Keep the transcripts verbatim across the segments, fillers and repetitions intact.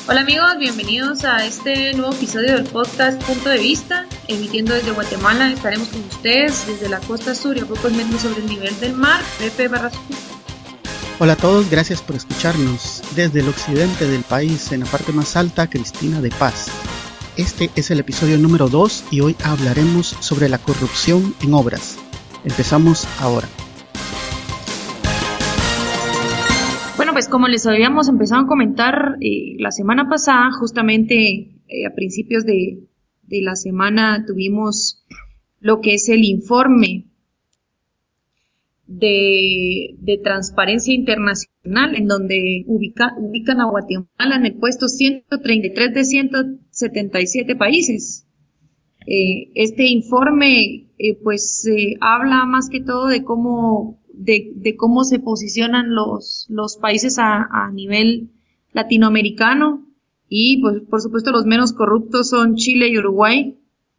Hola amigos, bienvenidos a este nuevo episodio del podcast Punto de Vista, emitiendo desde Guatemala. Estaremos con ustedes desde la costa sur y a pocos metros sobre el nivel del mar. Pepe Barrasco. Hola a todos, gracias por escucharnos. Desde el occidente del país, en la parte más alta, Cristina de Paz. Este es el episodio número dos y hoy hablaremos sobre la corrupción en obras. Empezamos ahora. Bueno, pues como les habíamos empezado a comentar eh, la semana pasada, justamente eh, a principios de, de la semana tuvimos lo que es el informe de, de Transparencia Internacional, en donde ubica, ubican a Guatemala en el puesto ciento treinta y tres de ciento setenta y siete países. Eh, este informe eh, pues eh, habla más que todo de cómo De, de cómo se posicionan los, los países a, a nivel latinoamericano y pues por supuesto los menos corruptos son Chile y Uruguay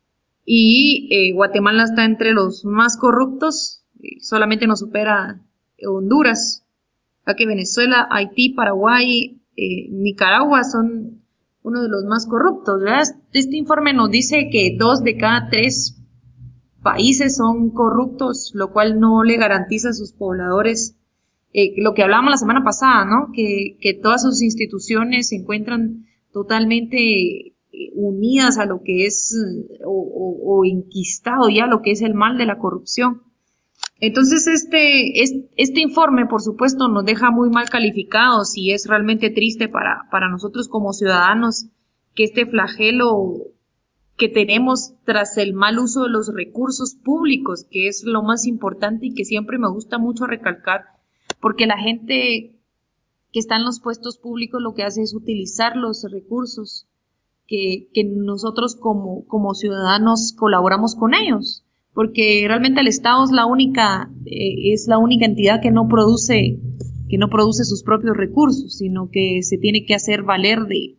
y eh, Guatemala está entre los más corruptos, eh, solamente nos supera Honduras, ya que Venezuela, Haití, Paraguay, eh, Nicaragua son uno de los más corruptos, ¿verdad? Este informe nos dice que dos de cada tres países son corruptos, lo cual no le garantiza a sus pobladores eh, lo que hablábamos la semana pasada, ¿no? Que, que todas sus instituciones se encuentran totalmente unidas a lo que es o, o, o enquistado ya lo que es el mal de la corrupción. Entonces este, este, este informe, por supuesto, nos deja muy mal calificados y es realmente triste para, para nosotros como ciudadanos que este flagelo que tenemos tras el mal uso de los recursos públicos, que es lo más importante y que siempre me gusta mucho recalcar, porque la gente que está en los puestos públicos lo que hace es utilizar los recursos que, que nosotros como, como ciudadanos colaboramos con ellos, porque realmente el Estado es la única, eh, es la única entidad que no produce, que no produce sus propios recursos, sino que se tiene que hacer valer de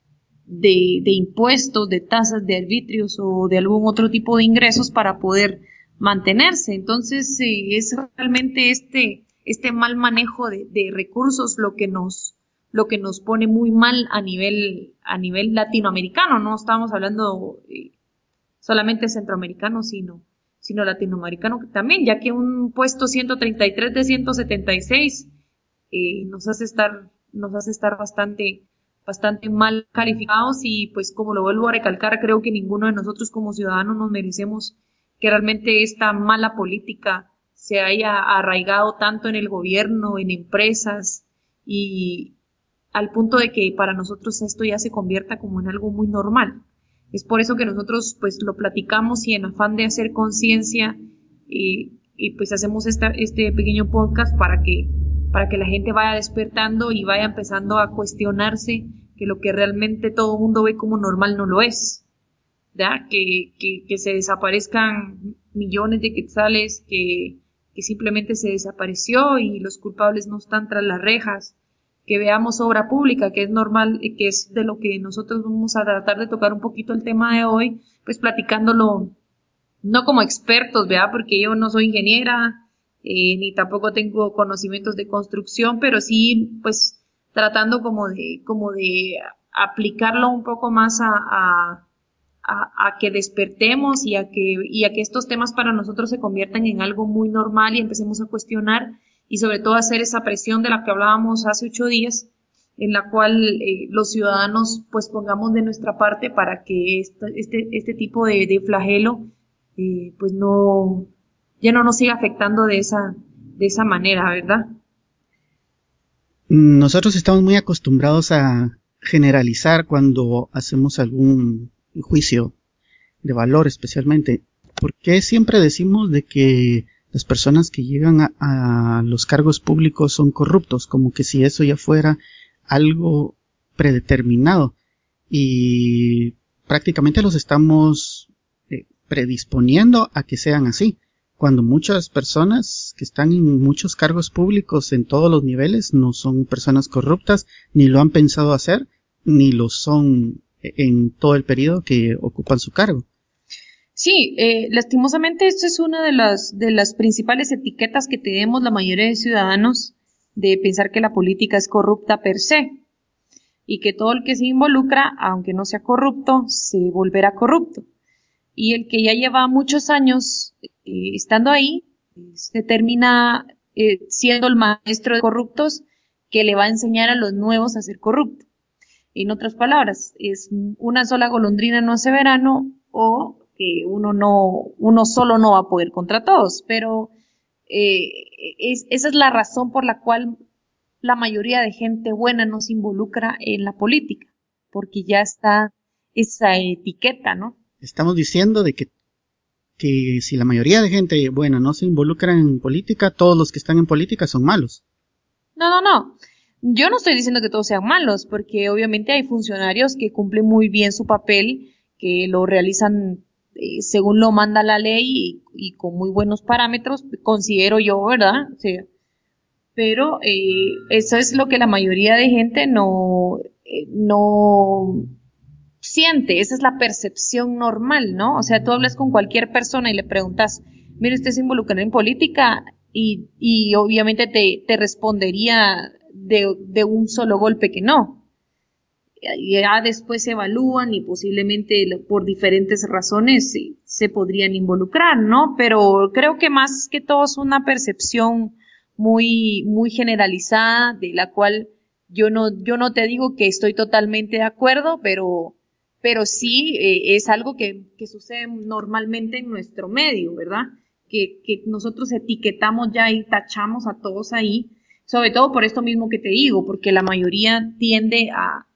De, de impuestos, de tasas, de arbitrios o de algún otro tipo de ingresos para poder mantenerse. Entonces eh, es realmente este, este mal manejo de, de recursos lo que nos, lo que nos pone muy mal a nivel, a nivel latinoamericano. No estamos hablando eh, solamente centroamericano, sino, sino latinoamericano también, ya que un puesto ciento treinta y tres de ciento setenta y seis eh, nos hace estar, nos hace estar bastante bastante mal calificados y pues como lo vuelvo a recalcar, creo que ninguno de nosotros como ciudadanos nos merecemos que realmente esta mala política se haya arraigado tanto en el gobierno, en empresas y al punto de que para nosotros esto ya se convierta como en algo muy normal. Es por eso que nosotros pues lo platicamos y en afán de hacer conciencia y, y pues hacemos esta, este pequeño podcast para que para que la gente vaya despertando y vaya empezando a cuestionarse que lo que realmente todo el mundo ve como normal no lo es, ¿verdad? Que, que, que se desaparezcan millones de quetzales, que, que simplemente se desapareció y los culpables no están tras las rejas, que veamos obra pública, que es normal, que es de lo que nosotros vamos a tratar de tocar un poquito el tema de hoy, pues platicándolo, no como expertos, ¿verdad? Porque yo no soy ingeniera, Eh, ni tampoco tengo conocimientos de construcción, pero sí, pues, tratando como de, como de aplicarlo un poco más a, a, a, a que despertemos y a que, y a que estos temas para nosotros se conviertan en algo muy normal y empecemos a cuestionar y sobre todo hacer esa presión de la que hablábamos hace ocho días, en la cual eh, los ciudadanos pues pongamos de nuestra parte para que este, este, este tipo de, de flagelo eh, pues no ya no nos siga afectando de esa, de esa manera, ¿verdad? Nosotros estamos muy acostumbrados a generalizar cuando hacemos algún juicio de valor especialmente. ¿Por qué siempre decimos de que las personas que llegan a, a los cargos públicos son corruptos? Como que si eso ya fuera algo predeterminado. Y prácticamente los estamos eh, predisponiendo a que sean así. Cuando muchas personas que están en muchos cargos públicos en todos los niveles no son personas corruptas, ni lo han pensado hacer, ni lo son en todo el periodo que ocupan su cargo. Sí, eh, lastimosamente esta es una de las, de las principales etiquetas que tenemos la mayoría de ciudadanos de pensar que la política es corrupta per se. y que todo el que se involucra, aunque no sea corrupto, se volverá corrupto. Y el que ya lleva muchos años eh, estando ahí, se termina eh, siendo el maestro de corruptos que le va a enseñar a los nuevos a ser corrupto. En otras palabras, es una sola golondrina no hace verano, o que uno no, uno solo no va a poder contra todos, pero eh, es, esa es la razón por la cual la mayoría de gente buena no se involucra en la política, porque ya está esa etiqueta, ¿no? Estamos diciendo de que, que si la mayoría de gente buena no se involucra en política, todos los que están en política son malos. No, no, no. Yo no estoy diciendo que todos sean malos, porque obviamente hay funcionarios que cumplen muy bien su papel, que lo realizan eh, según lo manda la ley y, y con muy buenos parámetros, considero yo, ¿verdad? O sea, pero eh, eso es lo que la mayoría de gente no, eh, no siente, esa es la percepción normal, ¿no? O sea, tú hablas con cualquier persona y le preguntas, mire, ¿usted se involucra en política? Y, y obviamente te, te respondería de, de un solo golpe que no. Y ya después se evalúan y posiblemente por diferentes razones sí, se podrían involucrar, ¿no? Pero creo que más que todo es una percepción muy, muy generalizada, de la cual yo no, yo no te digo que estoy totalmente de acuerdo, pero, pero sí eh, es algo que, que sucede normalmente en nuestro medio, ¿verdad? Que, que nosotros etiquetamos ya y tachamos a todos ahí, sobre todo por esto mismo que te digo, porque la mayoría tiende a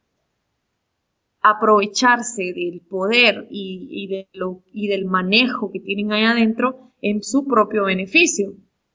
aprovecharse del poder y, y, de lo, y del manejo que tienen ahí adentro en su propio beneficio,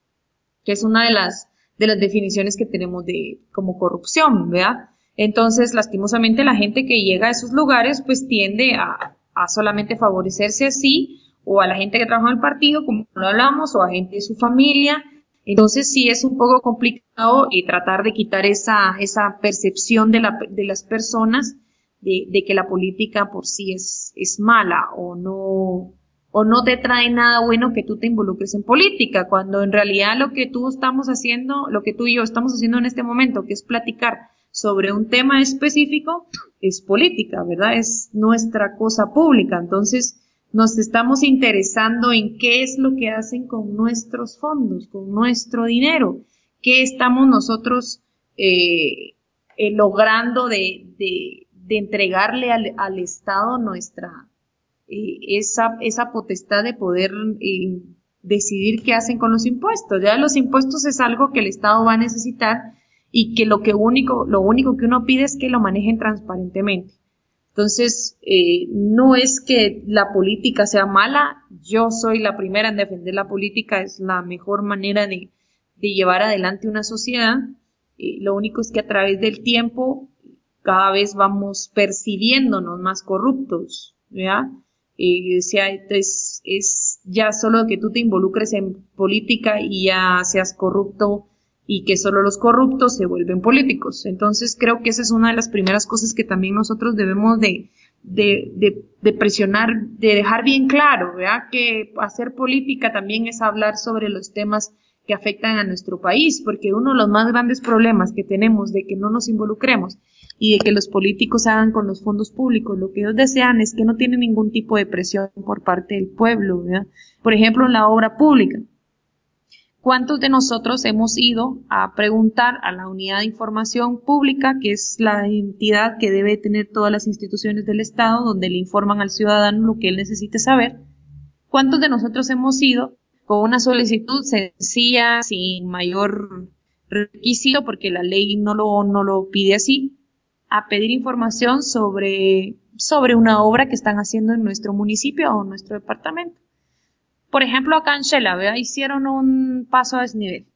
que es una de las, de las definiciones que tenemos de como corrupción, ¿verdad? Entonces, lastimosamente, la gente que llega a esos lugares, pues tiende a, a solamente favorecerse así, o a la gente que trabaja en el partido, como lo hablamos, o a gente de su familia. Entonces, sí es un poco complicado eh, tratar de quitar esa, esa percepción de, la, de las personas de, de que la política por sí es, es mala, o no, o no te trae nada bueno que tú te involucres en política, cuando en realidad lo que tú estamos haciendo, lo que tú y yo estamos haciendo en este momento, que es platicar sobre un tema específico, es política, ¿verdad? Es nuestra cosa pública. Entonces, nos estamos interesando en qué es lo que hacen con nuestros fondos, con nuestro dinero, qué estamos nosotros eh, eh, logrando de, de, de entregarle al, al Estado nuestra eh, esa, esa potestad de poder eh, decidir qué hacen con los impuestos. Ya los impuestos es algo que el Estado va a necesitar y que lo que único, lo único que uno pide es que lo manejen transparentemente. Entonces, eh, no es que la política sea mala, yo soy la primera en defender la política, es la mejor manera de, de llevar adelante una sociedad. Eh, lo único es que a través del tiempo cada vez vamos percibiéndonos más corruptos, ¿ya? Eh, o sea, es, es ya solo que tú te involucres en política y ya seas corrupto, y que solo los corruptos se vuelven políticos. Entonces creo que esa es una de las primeras cosas que también nosotros debemos de, de, de, de presionar, de dejar bien claro, ¿verdad? Que hacer política también es hablar sobre los temas que afectan a nuestro país, porque uno de los más grandes problemas que tenemos de que no nos involucremos y de que los políticos hagan con los fondos públicos lo que ellos desean es que no tienen ningún tipo de presión por parte del pueblo, ¿verdad? Por ejemplo, en la obra pública. ¿Cuántos de nosotros hemos ido a preguntar a la Unidad de Información Pública, que es la entidad que debe tener todas las instituciones del Estado, donde le informan al ciudadano lo que él necesite saber? ¿Cuántos de nosotros hemos ido con una solicitud sencilla, sin mayor requisito, porque la ley no lo, no lo pide así, a pedir información sobre, sobre una obra que están haciendo en nuestro municipio o en nuestro departamento? Por ejemplo, acá en Shela, ¿verdad? Hicieron un paso a desnivel.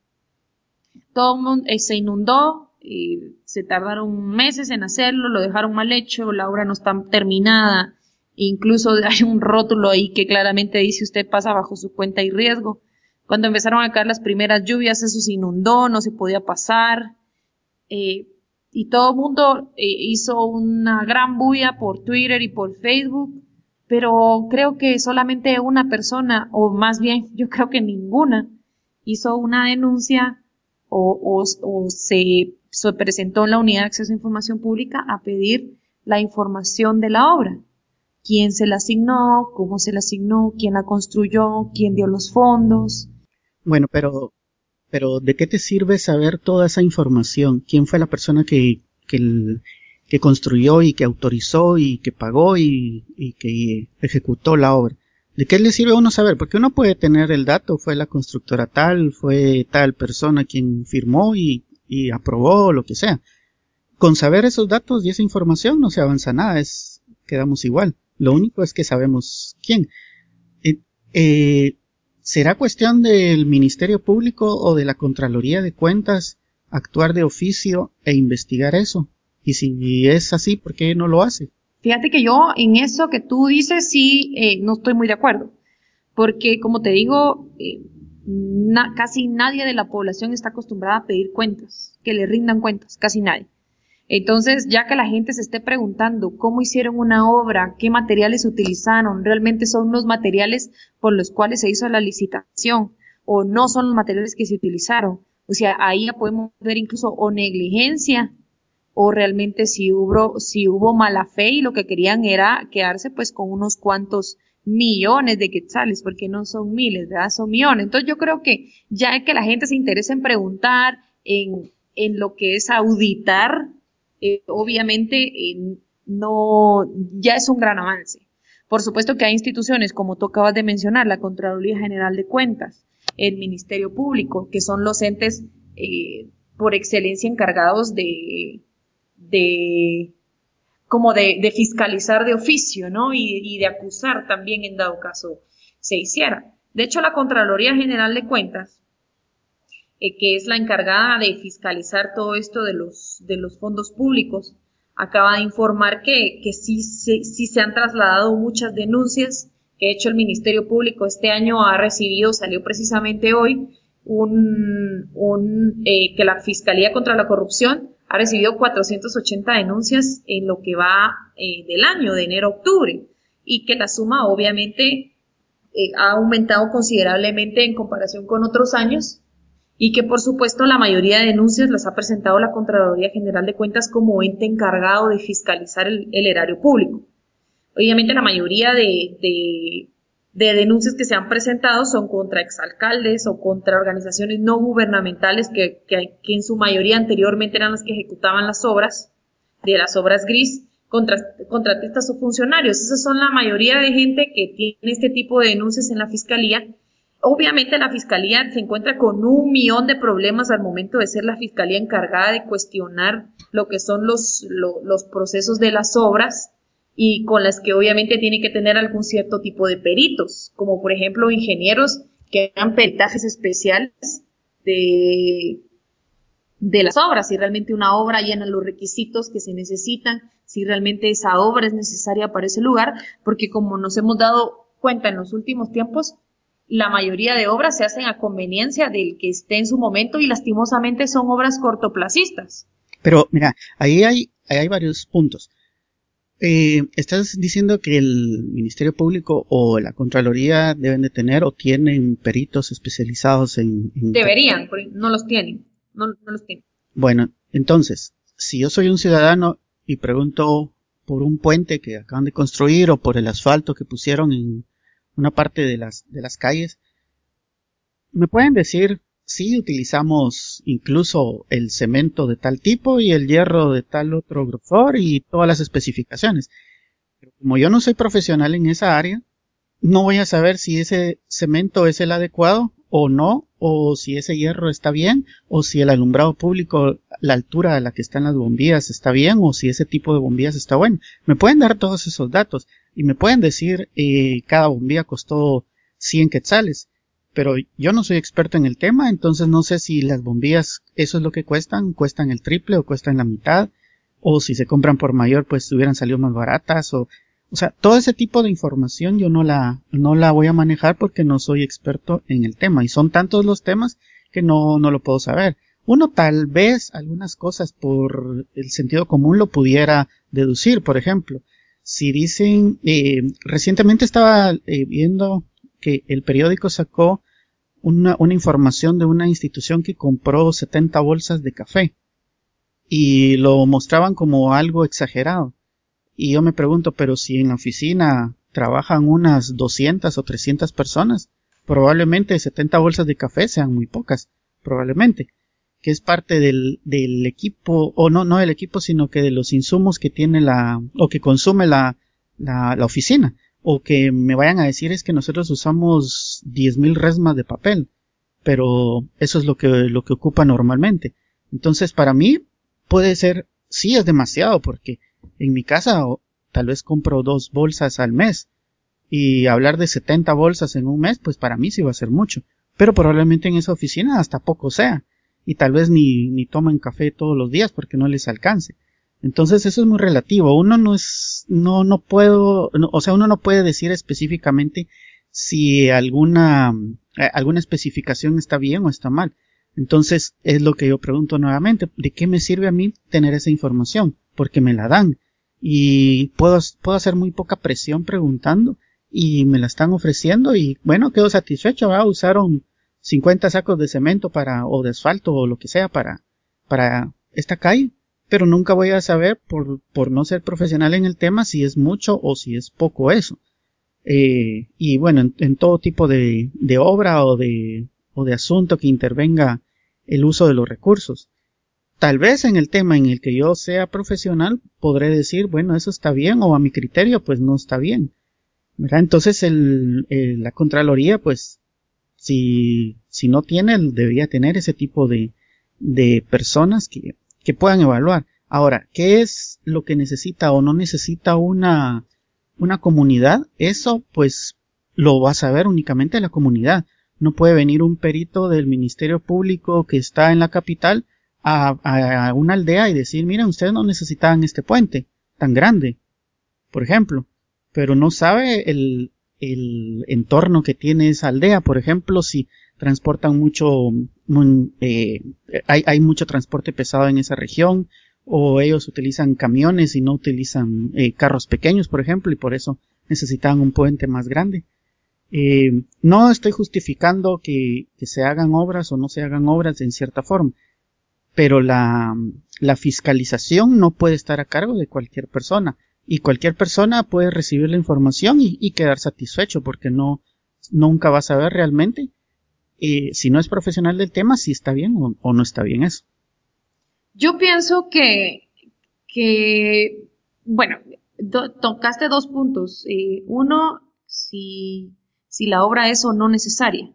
Todo el mundo eh, se inundó, y se tardaron meses en hacerlo, lo dejaron mal hecho, la obra no está terminada, incluso hay un rótulo ahí que claramente dice usted pasa bajo su cuenta y riesgo. Cuando empezaron a caer las primeras lluvias, eso se inundó, no se podía pasar, eh, y todo el mundo eh, hizo una gran bulla por Twitter y por Facebook. Pero creo que solamente una persona, o más bien yo creo que ninguna, hizo una denuncia o, o, o se se presentó en la Unidad de Acceso a Información Pública a pedir la información de la obra. ¿Quién se la asignó? ¿Cómo se la asignó? ¿Quién la construyó? ¿Quién dio los fondos? Bueno, pero, pero ¿de qué te sirve saber toda esa información? ¿Quién fue la persona que, que, el, que construyó y que autorizó y que pagó y, y que ejecutó la obra? ¿De qué le sirve a uno saber? Porque uno puede tener el dato, fue la constructora tal, fue tal persona quien firmó y, y aprobó, lo que sea. Con saber esos datos y esa información no se avanza nada, es, quedamos igual. Lo único es que sabemos quién. Eh, eh, ¿Será cuestión del Ministerio Público o de la Contraloría de Cuentas actuar de oficio e investigar eso? Y si es así, ¿por qué no lo hace? Fíjate que yo en eso que tú dices sí eh, no estoy muy de acuerdo, porque como te digo, eh, na, casi nadie de la población está acostumbrada a pedir cuentas, que le rindan cuentas, casi nadie. Entonces, ya que la gente se esté preguntando cómo hicieron una obra, qué materiales utilizaron, realmente son los materiales por los cuales se hizo la licitación, o no son los materiales que se utilizaron. O sea, ahí ya podemos ver incluso o negligencia, o realmente si hubo, si hubo mala fe y lo que querían era quedarse pues con unos cuantos millones de quetzales, porque no son miles, ¿verdad? Son millones. Entonces yo creo que ya que la gente se interesa en preguntar, en, en lo que es auditar, eh, obviamente eh, no, ya es un gran avance. Por supuesto que hay instituciones, como tú acabas de mencionar, la Contraloría General de Cuentas, el Ministerio Público, que son los entes eh, por excelencia encargados de de como de, de fiscalizar de oficio, ¿no? Y, y de acusar también en dado caso se hiciera. De hecho, la Contraloría General de Cuentas, eh, que es la encargada de fiscalizar todo esto de los, de los fondos públicos, acaba de informar que, que sí, sí, sí se han trasladado muchas denuncias, que de hecho el Ministerio Público este año ha recibido, salió precisamente hoy, un, un eh, que la Fiscalía contra la Corrupción ha recibido cuatrocientas ochenta denuncias en lo que va eh, del año, de enero a octubre, y que la suma obviamente eh, ha aumentado considerablemente en comparación con otros años, y que por supuesto la mayoría de denuncias las ha presentado la Contraloría General de Cuentas como ente encargado de fiscalizar el, el erario público. Obviamente la mayoría de, de, de denuncias que se han presentado son contra exalcaldes o contra organizaciones no gubernamentales que, que, que en su mayoría anteriormente eran las que ejecutaban las obras, de las obras gris, contra, contratistas o funcionarios. Esas son la mayoría de gente que tiene este tipo de denuncias en la Fiscalía. Obviamente la Fiscalía se encuentra con un millón de problemas al momento de ser la Fiscalía encargada de cuestionar lo que son los, lo, los procesos de las obras, y con las que obviamente tiene que tener algún cierto tipo de peritos, como por ejemplo ingenieros que hagan peritajes especiales de, de las obras, si realmente una obra llena los requisitos que se necesitan, si realmente esa obra es necesaria para ese lugar, porque como nos hemos dado cuenta en los últimos tiempos, la mayoría de obras se hacen a conveniencia del que esté en su momento y lastimosamente son obras cortoplacistas. Pero mira, ahí hay, ahí hay varios puntos. Eh, estás diciendo que el Ministerio Público o la Contraloría deben de tener o tienen peritos especializados en... en Deberían, no los tienen, no, no los tienen. Bueno, entonces, si yo soy un ciudadano y pregunto por un puente que acaban de construir o por el asfalto que pusieron en una parte de las, de las calles, me pueden decir, sí, utilizamos incluso el cemento de tal tipo y el hierro de tal otro grosor y todas las especificaciones. Pero como yo no soy profesional en esa área, no voy a saber si ese cemento es el adecuado o no, o si ese hierro está bien, o si el alumbrado público, la altura a la que están las bombillas está bien, o si ese tipo de bombillas está bueno. Me pueden dar todos esos datos y me pueden decir eh, cada bombilla costó cien quetzales. Pero yo no soy experto en el tema, entonces no sé si las bombillas, eso es lo que cuestan, cuestan el triple o cuestan la mitad, o si se compran por mayor, pues hubieran salido más baratas, o, o sea, todo ese tipo de información yo no la, no la voy a manejar porque no soy experto en el tema, y son tantos los temas que no, no lo puedo saber. Uno tal vez algunas cosas por el sentido común lo pudiera deducir, por ejemplo, si dicen, eh, recientemente estaba eh, viendo que el periódico sacó una, una información de una institución que compró setenta bolsas de café. y lo mostraban como algo exagerado. Y yo me pregunto, pero si en la oficina trabajan unas doscientas o trescientas personas, probablemente setenta bolsas de café sean muy pocas, probablemente, que es parte del, del equipo, o no, no del equipo, sino que de los insumos que tiene la, o que consume la, la, la oficina, o que me vayan a decir es que nosotros usamos diez mil resmas de papel, pero eso es lo que, lo que ocupa normalmente. Entonces, para mí, puede ser, sí es demasiado, porque en mi casa o, tal vez compro dos bolsas al mes, y hablar de setenta bolsas en un mes, pues para mí sí va a ser mucho, pero probablemente en esa oficina hasta poco sea, y tal vez ni, ni toman café todos los días porque no les alcance. Entonces eso es muy relativo, uno no es, no, no puedo, no, o sea, uno no puede decir específicamente si alguna, alguna especificación está bien o está mal. Entonces es lo que yo pregunto nuevamente, ¿de qué me sirve a mí tener esa información? Porque me la dan, y puedo, puedo hacer muy poca presión preguntando, y me la están ofreciendo, y bueno, quedo satisfecho, ¿verdad? Usaron cincuenta sacos de cemento para, o de asfalto, o lo que sea, para, para esta calle, pero nunca voy a saber, por, por no ser profesional en el tema, si es mucho o si es poco eso. Eh, y bueno, en, en todo tipo de, de obra o de, o de asunto que intervenga el uso de los recursos. Tal vez en el tema en el que yo sea profesional, podré decir, bueno, eso está bien, o a mi criterio, pues no está bien, ¿verdad? Entonces el, el, la Contraloría, pues, si, si no tiene, debería tener ese tipo de, de personas que, que puedan evaluar. Ahora, ¿qué es lo que necesita o no necesita una, una comunidad? Eso, pues, lo va a saber únicamente la comunidad. No puede venir un perito del Ministerio Público que está en la capital a, a, a una aldea y decir, miren, ustedes no necesitaban este puente tan grande, por ejemplo, pero no sabe el, el entorno que tiene esa aldea. Por ejemplo, si transportan mucho, muy, eh, hay, hay mucho transporte pesado en esa región, o ellos utilizan camiones y no utilizan eh, carros pequeños, por ejemplo, y por eso necesitan un puente más grande. Eh, no estoy justificando que, que se hagan obras o no se hagan obras en cierta forma, pero la, la fiscalización no puede estar a cargo de cualquier persona, y cualquier persona puede recibir la información y, y quedar satisfecho, porque no, nunca va a saber realmente, eh, si no es profesional del tema, si está bien o, o no está bien eso. Yo pienso que, que bueno, do, tocaste dos puntos. Eh, uno, si, si la obra es o no necesaria.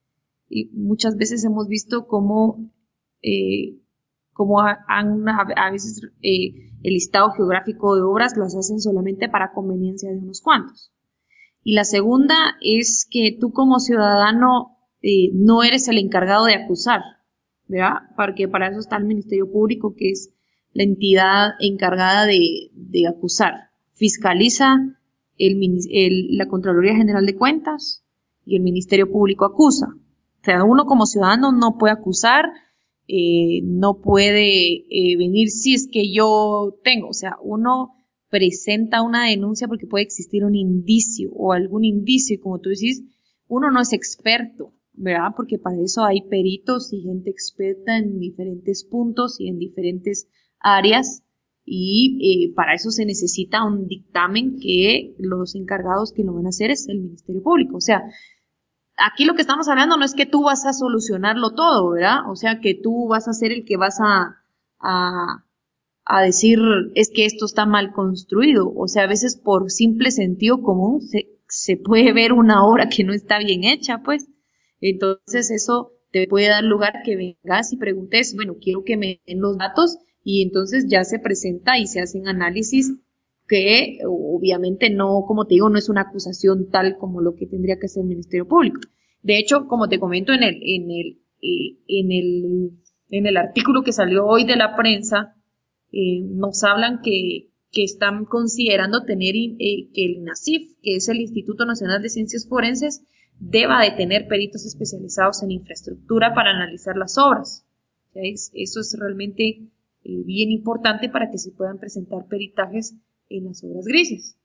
Y muchas veces hemos visto cómo, eh, cómo han, a, a veces eh, el listado geográfico de obras las hacen solamente para conveniencia de unos cuantos. Y la segunda es que tú como ciudadano eh, no eres el encargado de acusar, ¿verdad? Porque para eso está el Ministerio Público, que es la entidad encargada de, de acusar. Fiscaliza el, el, la Contraloría General de Cuentas y el Ministerio Público acusa. O sea, uno como ciudadano no puede acusar, eh, no puede eh, venir si es que yo tengo. O sea, uno presenta una denuncia porque puede existir un indicio o algún indicio, y como tú decís, uno no es experto, ¿verdad? Porque para eso hay peritos y gente experta en diferentes puntos y en diferentes áreas, y eh, para eso se necesita un dictamen que los encargados que lo van a hacer es el Ministerio Público. O sea, aquí lo que estamos hablando no es que tú vas a solucionarlo todo, ¿verdad? O sea, que tú vas a ser el que vas a, a, a decir es que esto está mal construido. O sea, a veces por simple sentido común se, se puede ver una obra que no está bien hecha, pues. Entonces eso te puede dar lugar que vengas y preguntes, bueno, quiero que me den los datos, y entonces ya se presenta y se hacen análisis que obviamente no, como te digo, no es una acusación tal como lo que tendría que hacer el Ministerio Público. De hecho, como te comento en el, en el, eh, en el, en el artículo que salió hoy de la prensa, eh, nos hablan que, que están considerando tener eh, que el INACIF, que es el Instituto Nacional de Ciencias Forenses, deba de tener peritos especializados en infraestructura para analizar las obras. ¿Sí? Eso es realmente eh, bien importante para que se puedan presentar peritajes en las obras grises.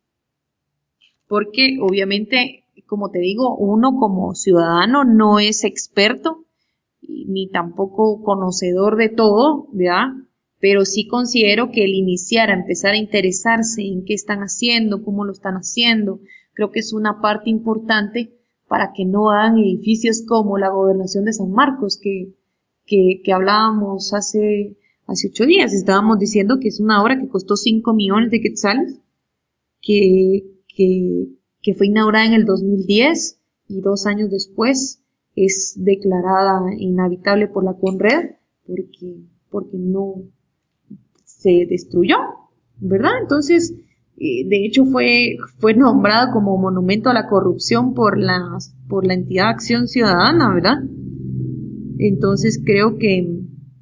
Porque obviamente, como te digo, uno como ciudadano no es experto ni tampoco conocedor de todo, ¿verdad? pero sí considero que el iniciar a empezar a interesarse en qué están haciendo, cómo lo están haciendo, creo que es una parte importante para que no hagan edificios como la Gobernación de San Marcos, que, que, que hablábamos hace, hace ocho días. Estábamos diciendo que es una obra que costó cinco millones de quetzales, que, que, que fue inaugurada en el dos mil diez y dos años después es declarada inhabitable por la CONRED porque, porque no se destruyó, ¿verdad? Entonces, eh, de hecho fue, fue nombrado como monumento a la corrupción por la, por la entidad Acción Ciudadana, ¿verdad? Entonces creo que,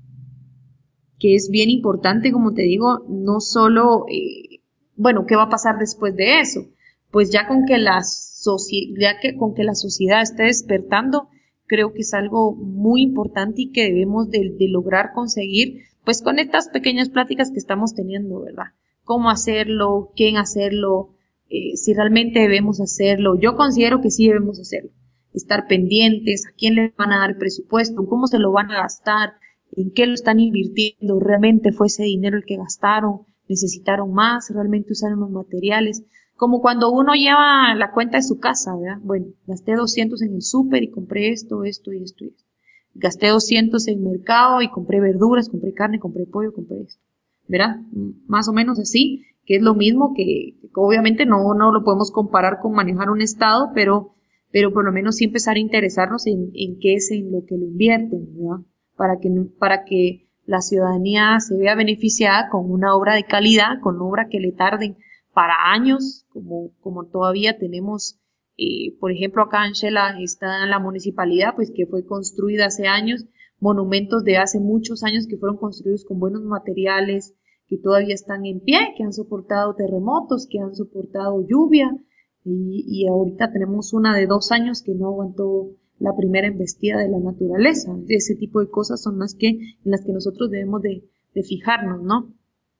que es bien importante, como te digo, no solo, eh, bueno, ¿qué va a pasar después de eso? Pues ya con que la soci- ya que con que la sociedad esté despertando, creo que es algo muy importante y que debemos de, de lograr conseguir, pues con estas pequeñas pláticas que estamos teniendo, ¿verdad? Cómo hacerlo, quién hacerlo, eh, si realmente debemos hacerlo. Yo considero que sí debemos hacerlo. Estar pendientes, a quién le van a dar presupuesto, cómo se lo van a gastar, en qué lo están invirtiendo, realmente fue ese dinero el que gastaron, necesitaron más, realmente usaron los materiales. Como cuando uno lleva la cuenta de su casa, ¿verdad? Bueno, gasté doscientos en el súper y compré esto, esto y esto y esto. Gasté doscientos en mercado y compré verduras, compré carne, compré pollo, compré esto. ¿Verdad? Más o menos así, que es lo mismo que, que obviamente no, no lo podemos comparar con manejar un estado, pero, pero por lo menos sí empezar a interesarnos en, en qué es en lo que lo invierten, ¿verdad? Para que, para que la ciudadanía se vea beneficiada con una obra de calidad, con obra que le tarden para años, como, como todavía tenemos, eh, por ejemplo, acá en Xela está la municipalidad, pues que fue construida hace años, monumentos de hace muchos años que fueron construidos con buenos materiales, que todavía están en pie, que han soportado terremotos, que han soportado lluvia, y, y ahorita tenemos una de dos años que no aguantó la primera embestida de la naturaleza. Ese tipo de cosas son las que, en las que nosotros debemos de, de fijarnos, ¿no?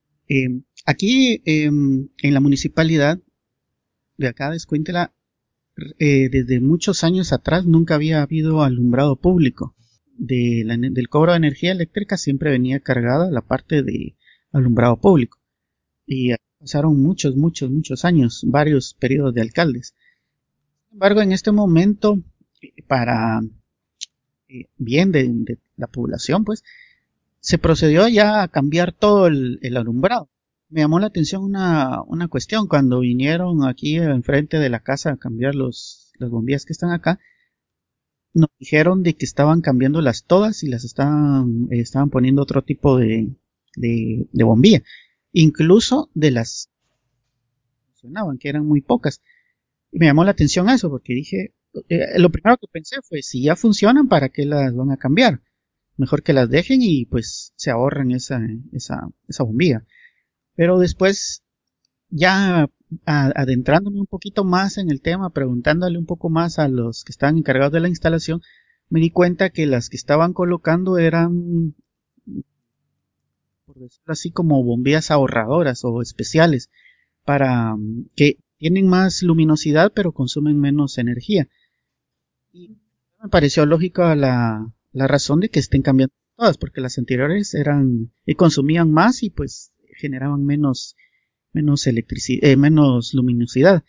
Eh, aquí eh, en la municipalidad de acá de Escuintla, eh, desde muchos años atrás nunca había habido alumbrado público. De la, del cobro de energía eléctrica siempre venía cargada la parte de alumbrado público. Y pasaron muchos, muchos, muchos años, varios periodos de alcaldes. Sin embargo, en este momento, para eh, bien de, de la población, pues, se procedió ya a cambiar todo el, el alumbrado. Me llamó la atención una, una cuestión cuando vinieron aquí enfrente de la casa a cambiar los, las bombillas que están acá. Nos dijeron de que estaban cambiando las todas y las estaban, eh, estaban poniendo otro tipo de, de, de bombilla. Incluso de las que funcionaban, que eran muy pocas. Y me llamó la atención eso porque dije, eh, lo primero que pensé fue, si ya funcionan, ¿para qué las van a cambiar? Mejor que las dejen y pues se ahorren esa, esa, esa bombilla. Pero después, ya a, adentrándome un poquito más en el tema, preguntándole un poco más a los que estaban encargados de la instalación, me di cuenta que las que estaban colocando eran, por decirlo así, como bombillas ahorradoras o especiales, para que tienen más luminosidad pero consumen menos energía. Y me pareció lógica la, la razón de que estén cambiando todas, porque las anteriores eran y consumían más y pues generaban menos menos electricidad, eh, menos luminosidad.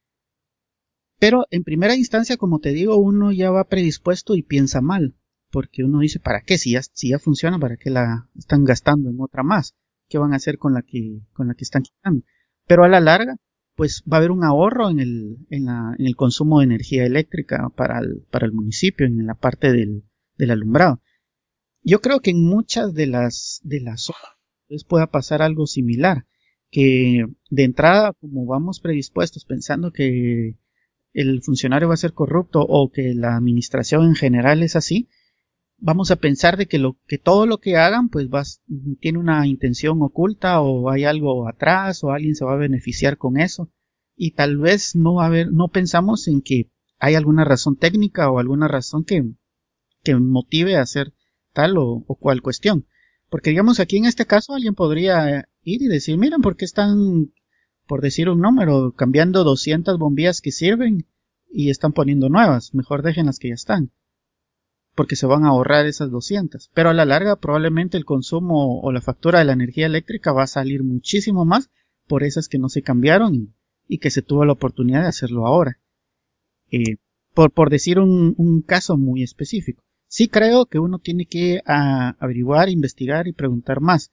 Pero en primera instancia, como te digo, uno ya va predispuesto y piensa mal, porque uno dice, ¿para qué? Si ya, si ya funciona, ¿para qué la están gastando en otra más? ¿Qué van a hacer con la que, con la que están quitando? Pero a la larga, pues va a haber un ahorro en el, en la, en el consumo de energía eléctrica para el, para el municipio, en la parte del, del alumbrado. Yo creo que en muchas de las, de las zonas pueda pasar algo similar, que de entrada, como vamos predispuestos pensando que el funcionario va a ser corrupto o que la administración en general es así, vamos a pensar de que lo que todo lo que hagan pues va, tiene una intención oculta o hay algo atrás o alguien se va a beneficiar con eso, y tal vez no va a haber, no pensamos en que hay alguna razón técnica o alguna razón que, que motive a hacer tal o, o cual cuestión. Porque digamos aquí en este caso alguien podría ir y decir, miren, ¿por qué están, por decir un número, cambiando doscientas bombillas que sirven y están poniendo nuevas? Mejor dejen las que ya están. porque se van a ahorrar esas doscientas. Pero a la larga probablemente el consumo o la factura de la energía eléctrica va a salir muchísimo más por esas que no se cambiaron y, y que se tuvo la oportunidad de hacerlo ahora. Eh, por, por decir un, un caso muy específico. Sí creo que uno tiene que a, averiguar, investigar y preguntar más,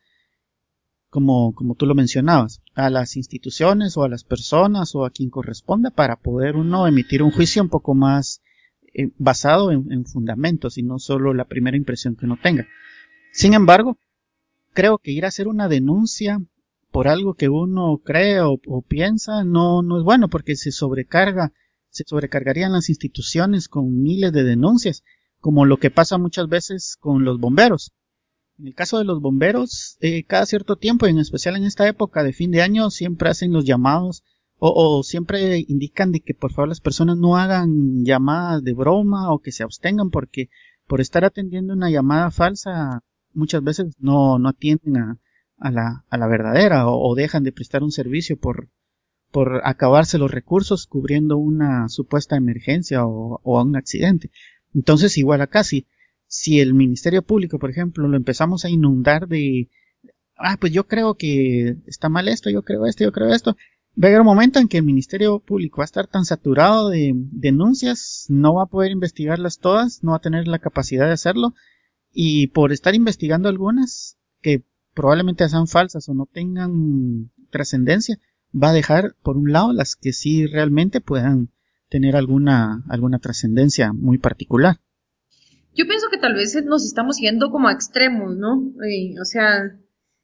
como, como tú lo mencionabas, a las instituciones o a las personas o a quien corresponda para poder uno emitir un juicio un poco más eh, basado en, en fundamentos y no solo la primera impresión que uno tenga. Sin embargo, creo que ir a hacer una denuncia por algo que uno cree o, o piensa no, no es bueno, porque se sobrecarga, se sobrecargarían las instituciones con miles de denuncias, como lo que pasa muchas veces con los bomberos. En el caso de los bomberos, eh, cada cierto tiempo, y en especial en esta época de fin de año, siempre hacen los llamados o, o siempre indican de que por favor las personas no hagan llamadas de broma o que se abstengan, porque por estar atendiendo una llamada falsa muchas veces no, no atienden a, a, la, a la verdadera o, o dejan de prestar un servicio por, por acabarse los recursos cubriendo una supuesta emergencia o, o un accidente. Entonces, igual acá, si, si el Ministerio Público, por ejemplo, lo empezamos a inundar de, ah, pues yo creo que está mal esto, yo creo esto, yo creo esto, va a haber un momento en que el Ministerio Público va a estar tan saturado de denuncias, no va a poder investigarlas todas, no va a tener la capacidad de hacerlo, y por estar investigando algunas, que probablemente sean falsas o no tengan trascendencia, va a dejar por un lado las que sí realmente puedan tener alguna alguna trascendencia muy particular. Yo pienso que tal vez nos estamos yendo como a extremos, ¿no? Eh, o sea,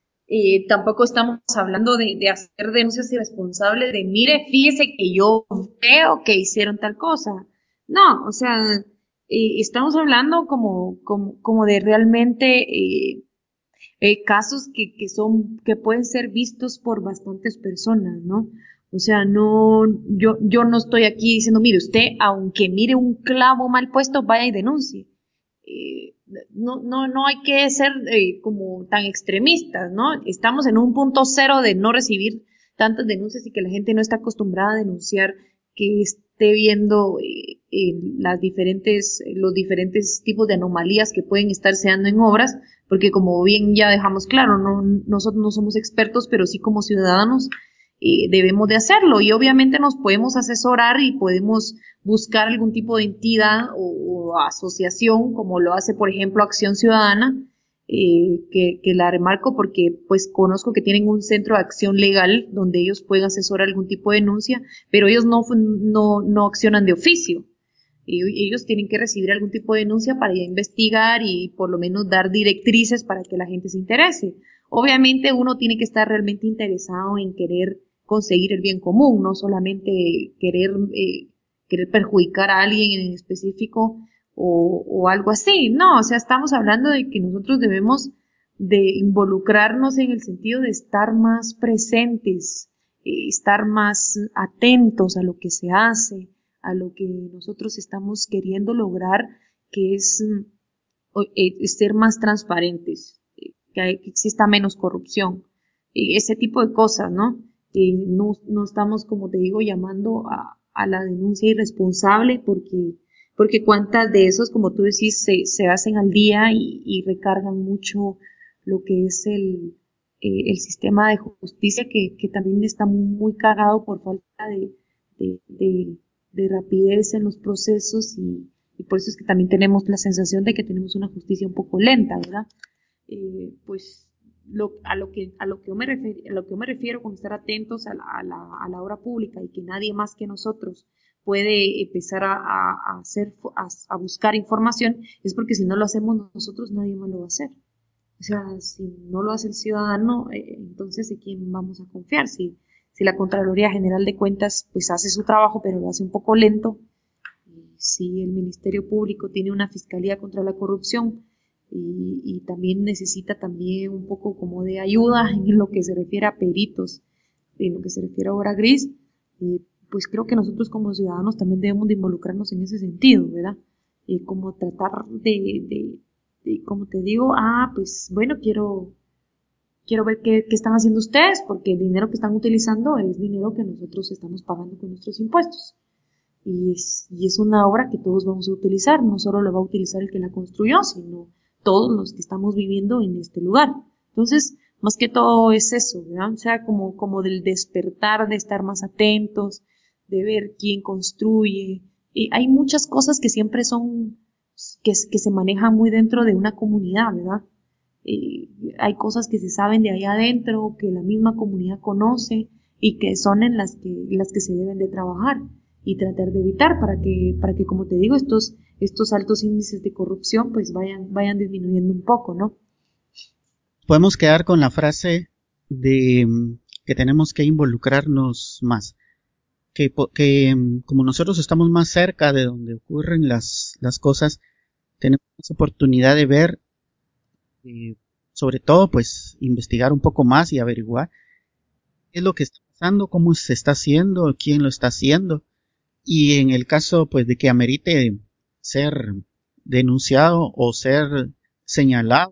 eh, tampoco estamos hablando de, de hacer denuncias irresponsables de, mire, fíjese que yo veo que hicieron tal cosa. No, o sea, eh, estamos hablando como, como, como de realmente eh, eh, casos que, que son, que pueden ser vistos por bastantes personas, ¿no? O sea, no, yo, yo no estoy aquí diciendo, mire, usted, aunque mire un clavo mal puesto, vaya y denuncie. Eh, no, no, no hay que ser eh, como tan extremistas, ¿no? Estamos en un punto cero de no recibir tantas denuncias y que la gente no está acostumbrada a denunciar, que esté viendo eh, eh, las diferentes, los diferentes tipos de anomalías que pueden estarse dando en obras, porque como bien ya dejamos claro, no, nosotros no somos expertos, pero sí como ciudadanos eh, debemos de hacerlo, y obviamente nos podemos asesorar y podemos buscar algún tipo de entidad o, o asociación, como lo hace por ejemplo Acción Ciudadana, eh, que, que la remarco porque pues conozco que tienen un centro de acción legal donde ellos pueden asesorar algún tipo de denuncia, pero ellos no, no, no accionan de oficio. Ellos tienen que recibir algún tipo de denuncia para ya investigar y por lo menos dar directrices para que la gente se interese. Obviamente uno tiene que estar realmente interesado en querer conseguir el bien común, no solamente querer, eh, querer perjudicar a alguien en específico o, o algo así. No, o sea, estamos hablando de que nosotros debemos de involucrarnos en el sentido de estar más presentes, eh, estar más atentos a lo que se hace, a lo que nosotros estamos queriendo lograr, que es, eh, ser más transparentes, eh, que, hay, que exista menos corrupción, eh, ese tipo de cosas, ¿no? Eh, no, no estamos, como te digo, llamando a, a la denuncia irresponsable, porque, porque cuántas de esos, como tú decís, se, se hacen al día y, y recargan mucho lo que es el, eh, el sistema de justicia, que, que también está muy, muy cargado por falta de, de, de, de rapidez en los procesos, y, y por eso es que también tenemos la sensación de que tenemos una justicia un poco lenta, ¿verdad? Eh, pues Lo, a lo que a lo que yo me refiero, a lo que yo me refiero con estar atentos a la, a la, a la obra pública, y que nadie más que nosotros puede empezar a, a, a hacer a, a buscar información, es porque si no lo hacemos nosotros, nadie más lo va a hacer. O sea, si no lo hace el ciudadano, eh, entonces ¿de quién vamos a confiar? Si, si la Contraloría General de Cuentas pues hace su trabajo, pero lo hace un poco lento, si el Ministerio Público tiene una Fiscalía contra la Corrupción, Y, y también necesita también un poco como de ayuda en lo que se refiere a peritos, en lo que se refiere a obra gris, eh, pues creo que nosotros como ciudadanos también debemos de involucrarnos en ese sentido, ¿verdad? Eh, como tratar de, de, de, como te digo, ah, pues bueno, quiero, quiero ver qué, qué están haciendo ustedes, porque el dinero que están utilizando es dinero que nosotros estamos pagando con nuestros impuestos. y es, y es una obra que todos vamos a utilizar, no solo la va a utilizar el que la construyó, sino todos los que estamos viviendo en este lugar. Entonces, más que todo es eso, ¿verdad? O sea, como, como del despertar, de estar más atentos, de ver quién construye. Y hay muchas cosas que siempre son, que, que se manejan muy dentro de una comunidad, ¿verdad? Y hay cosas que se saben de allá adentro, que la misma comunidad conoce y que son en las que, las que se deben de trabajar y tratar de evitar para que, para que, como te digo, estos, estos altos índices de corrupción pues vayan, vayan disminuyendo un poco, ¿no? Podemos quedar con la frase de que tenemos que involucrarnos más, que, que como nosotros estamos más cerca de donde ocurren las, las cosas, tenemos más oportunidad de ver, eh, sobre todo pues investigar un poco más y averiguar qué es lo que está pasando, cómo se está haciendo, quién lo está haciendo, y en el caso pues de que amerite ser denunciado o ser señalado,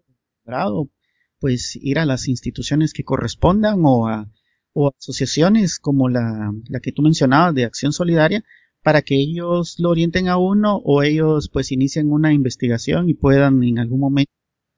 pues ir a las instituciones que correspondan o a, o a asociaciones como la, la que tú mencionabas de Acción Solidaria, para que ellos lo orienten a uno o ellos pues inicien una investigación y puedan en algún momento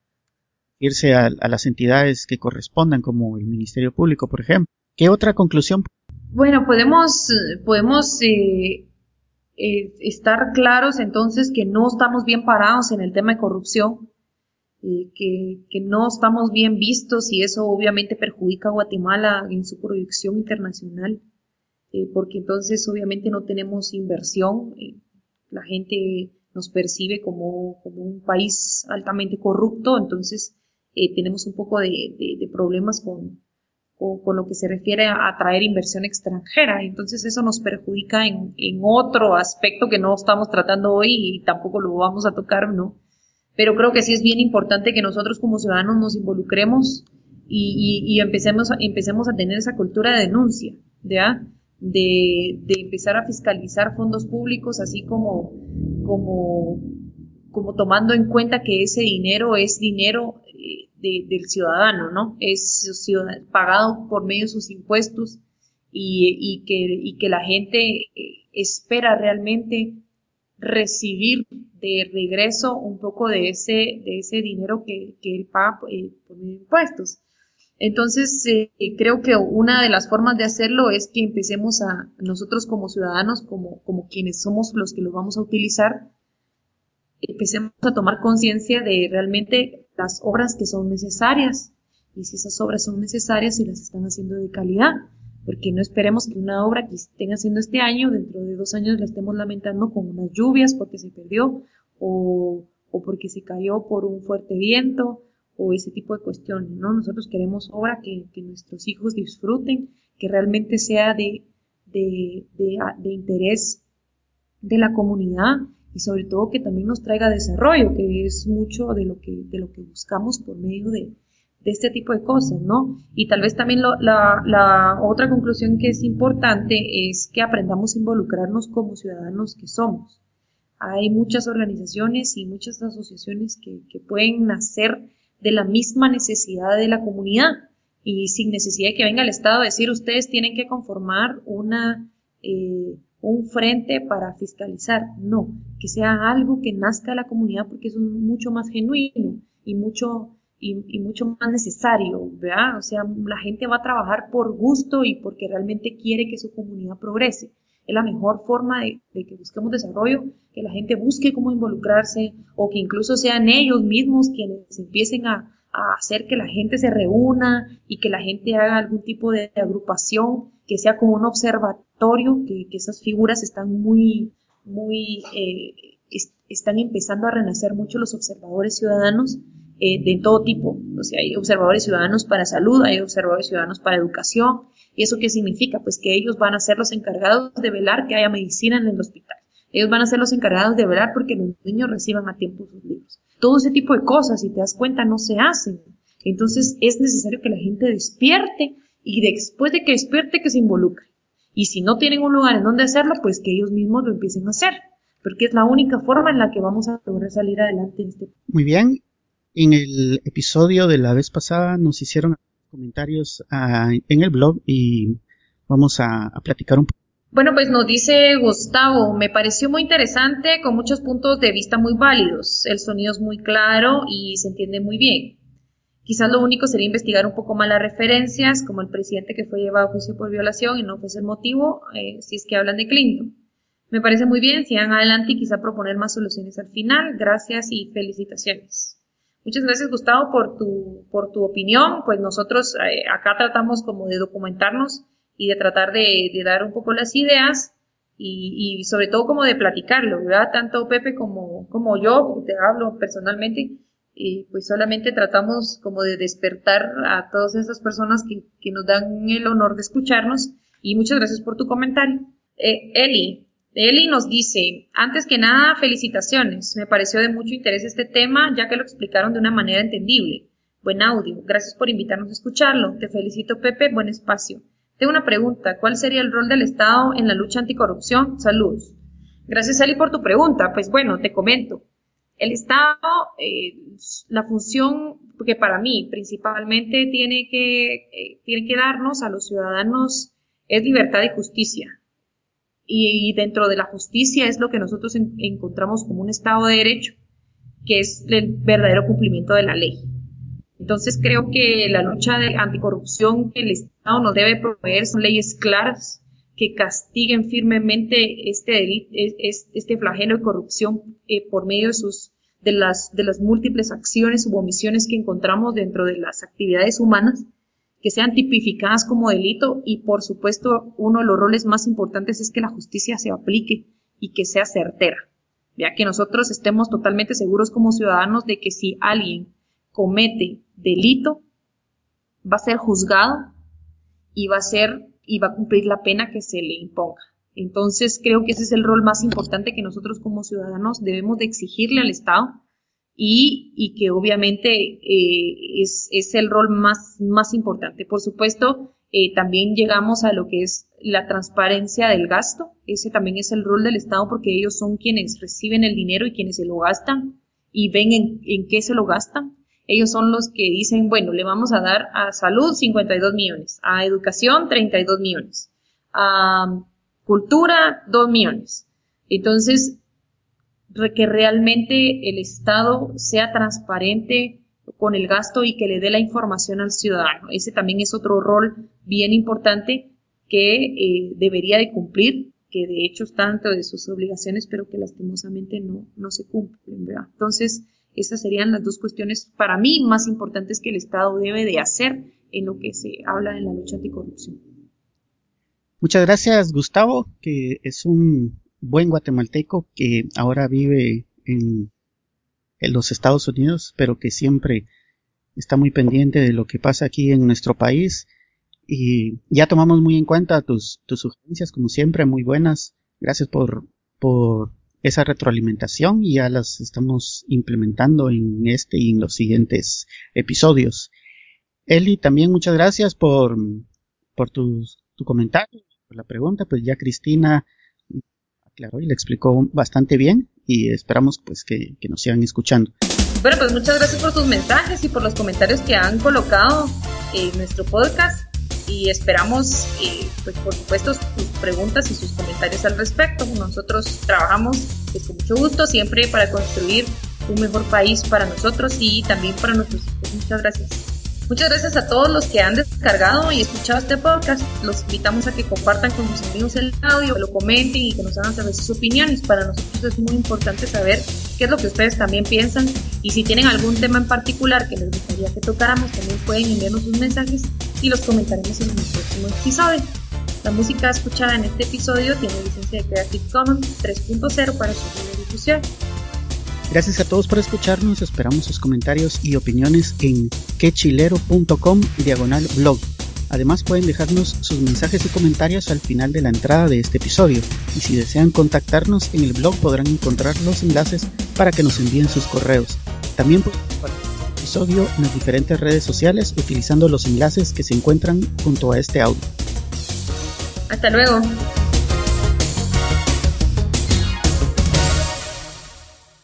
irse a, a las entidades que correspondan, como el Ministerio Público, por ejemplo. ¿Qué otra conclusión? Bueno, podemos, podemos eh, eh, estar claros entonces que no estamos bien parados en el tema de corrupción, eh, que, que no estamos bien vistos y eso obviamente perjudica a Guatemala en su proyección internacional, eh, porque entonces obviamente no tenemos inversión, eh, la gente nos percibe como, como un país altamente corrupto, entonces eh, tenemos un poco de, de, de problemas con o con lo que se refiere a atraer inversión extranjera. Entonces eso nos perjudica en, en otro aspecto que no estamos tratando hoy y tampoco lo vamos a tocar, ¿no? Pero creo que sí es bien importante que nosotros como ciudadanos nos involucremos y, y, y empecemos, empecemos a tener esa cultura de denuncia, ¿ya? De, de empezar a fiscalizar fondos públicos, así como, como, como tomando en cuenta que ese dinero es dinero De, del ciudadano, ¿no? Es ciudad, pagado por medio de sus impuestos y, y, que, y que la gente espera realmente recibir de regreso un poco de ese, de ese dinero que, que él paga eh, por medio de impuestos. Entonces, eh, creo que una de las formas de hacerlo es que empecemos a, nosotros como ciudadanos, como, como quienes somos los que lo vamos a utilizar, empecemos a tomar conciencia de realmente las obras que son necesarias y si esas obras son necesarias y las están haciendo de calidad, porque no esperemos que una obra que estén haciendo este año, dentro de dos años la estemos lamentando con unas lluvias porque se perdió o, o porque se cayó por un fuerte viento o ese tipo de cuestiones, ¿no? Nosotros queremos obra que, que nuestros hijos disfruten, que realmente sea de, de, de, de interés de la comunidad y sobre todo que también nos traiga desarrollo, que es mucho de lo que, de lo que buscamos por medio de, de este tipo de cosas, ¿no? Y tal vez también lo, la, la otra conclusión que es importante es que aprendamos a involucrarnos como ciudadanos que somos. Hay muchas organizaciones y muchas asociaciones que, que pueden nacer de la misma necesidad de la comunidad y sin necesidad de que venga el Estado a decir ustedes tienen que conformar una... Eh, un frente para fiscalizar, no, que sea algo que nazca de la comunidad porque es mucho más genuino y mucho, y, y mucho más necesario, ¿verdad? O sea, la gente va a trabajar por gusto y porque realmente quiere que su comunidad progrese. Es la mejor forma de, de que busquemos desarrollo, que la gente busque cómo involucrarse o que incluso sean ellos mismos quienes empiecen a, a hacer que la gente se reúna y que la gente haga algún tipo de agrupación, que sea como un observatorio, que, que esas figuras están muy, muy, eh, est- están empezando a renacer mucho los observadores ciudadanos eh, de todo tipo. O sea, hay observadores ciudadanos para salud, hay observadores ciudadanos para educación. ¿Y eso qué significa? Pues que ellos van a ser los encargados de velar que haya medicina en el hospital. Ellos van a ser los encargados de velar porque los niños reciban a tiempo sus libros. Todo ese tipo de cosas, si te das cuenta, no se hacen. Entonces es necesario que la gente despierte y después de que despierte que se involucre. Y si no tienen un lugar en donde hacerlo, pues que ellos mismos lo empiecen a hacer, porque es la única forma en la que vamos a lograr salir adelante en este. Muy bien, en el episodio de la vez pasada nos hicieron comentarios uh, en el blog y vamos a, a platicar un poco Bueno, pues nos dice Gustavo, me pareció muy interesante, con muchos puntos de vista muy válidos. El sonido es muy claro y se entiende muy bien. Quizás lo único sería investigar un poco más las referencias, como el presidente que fue llevado a juicio por violación y no fue ese el motivo, eh, si es que hablan de Clinton. Me parece muy bien, sigan adelante y quizá proponer más soluciones al final. Gracias y felicitaciones. Muchas gracias, Gustavo, por tu, por tu opinión. Pues nosotros eh, acá tratamos como de documentarnos y de tratar de, de dar un poco las ideas y, y sobre todo como de platicarlo, ¿verdad? Tanto Pepe como, como yo, porque te hablo personalmente, y pues solamente tratamos como de despertar a todas esas personas que, que nos dan el honor de escucharnos. Y muchas gracias por tu comentario. Eh, Eli, Eli nos dice, antes que nada, felicitaciones. Me pareció de mucho interés este tema, ya que lo explicaron de una manera entendible. Buen audio. Gracias por invitarnos a escucharlo. Te felicito, Pepe. Buen espacio. Tengo una pregunta. ¿Cuál sería el rol del Estado en la lucha anticorrupción? Saludos. Gracias, Eli, por tu pregunta. Pues bueno, te comento. El Estado, eh, la función que para mí principalmente tiene que, eh, tiene que darnos a los ciudadanos es libertad y justicia. Y dentro de la justicia es lo que nosotros en, encontramos como un Estado de Derecho, que es el verdadero cumplimiento de la ley. Entonces creo que la lucha de anticorrupción que el Estado nos debe proveer son leyes claras que castiguen firmemente este delito, este flagelo de corrupción eh, por medio de sus de las de las múltiples acciones u omisiones que encontramos dentro de las actividades humanas, que sean tipificadas como delito. Y por supuesto uno de los roles más importantes es que la justicia se aplique y que sea certera, ya que nosotros estemos totalmente seguros como ciudadanos de que si alguien comete delito va a ser juzgado y va a ser y va a cumplir la pena que se le imponga. Entonces creo que ese es el rol más importante que nosotros como ciudadanos debemos de exigirle al Estado y, y que obviamente eh, es, es el rol más, más importante. Por supuesto, eh, también llegamos a lo que es la transparencia del gasto. Ese también es el rol del Estado, porque ellos son quienes reciben el dinero y quienes se lo gastan y ven en, en qué se lo gastan. Ellos son los que dicen, bueno, le vamos a dar a salud cincuenta y dos millones, a educación treinta y dos millones, a cultura dos millones. Entonces, que realmente el Estado sea transparente con el gasto y que le dé la información al ciudadano. Ese también es otro rol bien importante que eh, debería de cumplir, que de hecho está dentro de sus obligaciones, pero que lastimosamente no, no se cumplen, ¿verdad? Entonces, estas serían las dos cuestiones para mí más importantes que el Estado debe de hacer en lo que se habla en la lucha anticorrupción. Muchas gracias, Gustavo, que es un buen guatemalteco que ahora vive en, en los Estados Unidos, pero que siempre está muy pendiente de lo que pasa aquí en nuestro país. Y ya tomamos muy en cuenta tus, tus sugerencias, como siempre, muy buenas. Gracias por, por esa retroalimentación y ya las estamos implementando en este y en los siguientes episodios. Eli, también muchas gracias por, por tus, tu comentario, por la pregunta. Pues ya Cristina aclaró y le explicó bastante bien y esperamos pues que, que nos sigan escuchando. Bueno, pues muchas gracias por sus mensajes y por los comentarios que han colocado en nuestro podcast. Y esperamos, eh, pues por supuesto, sus preguntas y sus comentarios al respecto. Nosotros trabajamos pues, con mucho gusto siempre para construir un mejor país para nosotros y también para nuestros hijos. Muchas gracias. Muchas gracias a todos los que han descargado y escuchado este podcast. Los invitamos a que compartan con sus amigos el audio, que lo comenten y que nos hagan saber sus opiniones. Para nosotros es muy importante saber qué es lo que ustedes también piensan. Y si tienen algún tema en particular que les gustaría que tocáramos, también pueden enviarnos sus mensajes y los comentaremos en el próximo episodio. La música escuchada en este episodio tiene licencia de Creative Commons tres punto cero para su difusión. Gracias a todos por escucharnos. Esperamos sus comentarios y opiniones en quechilero.com diagonal blog. Además pueden dejarnos sus mensajes y comentarios al final de la entrada de este episodio. Y si desean contactarnos en el blog podrán encontrar los enlaces para que nos envíen sus correos. También pueden compartir este episodio en las diferentes redes sociales utilizando los enlaces que se encuentran junto a este audio. Hasta luego.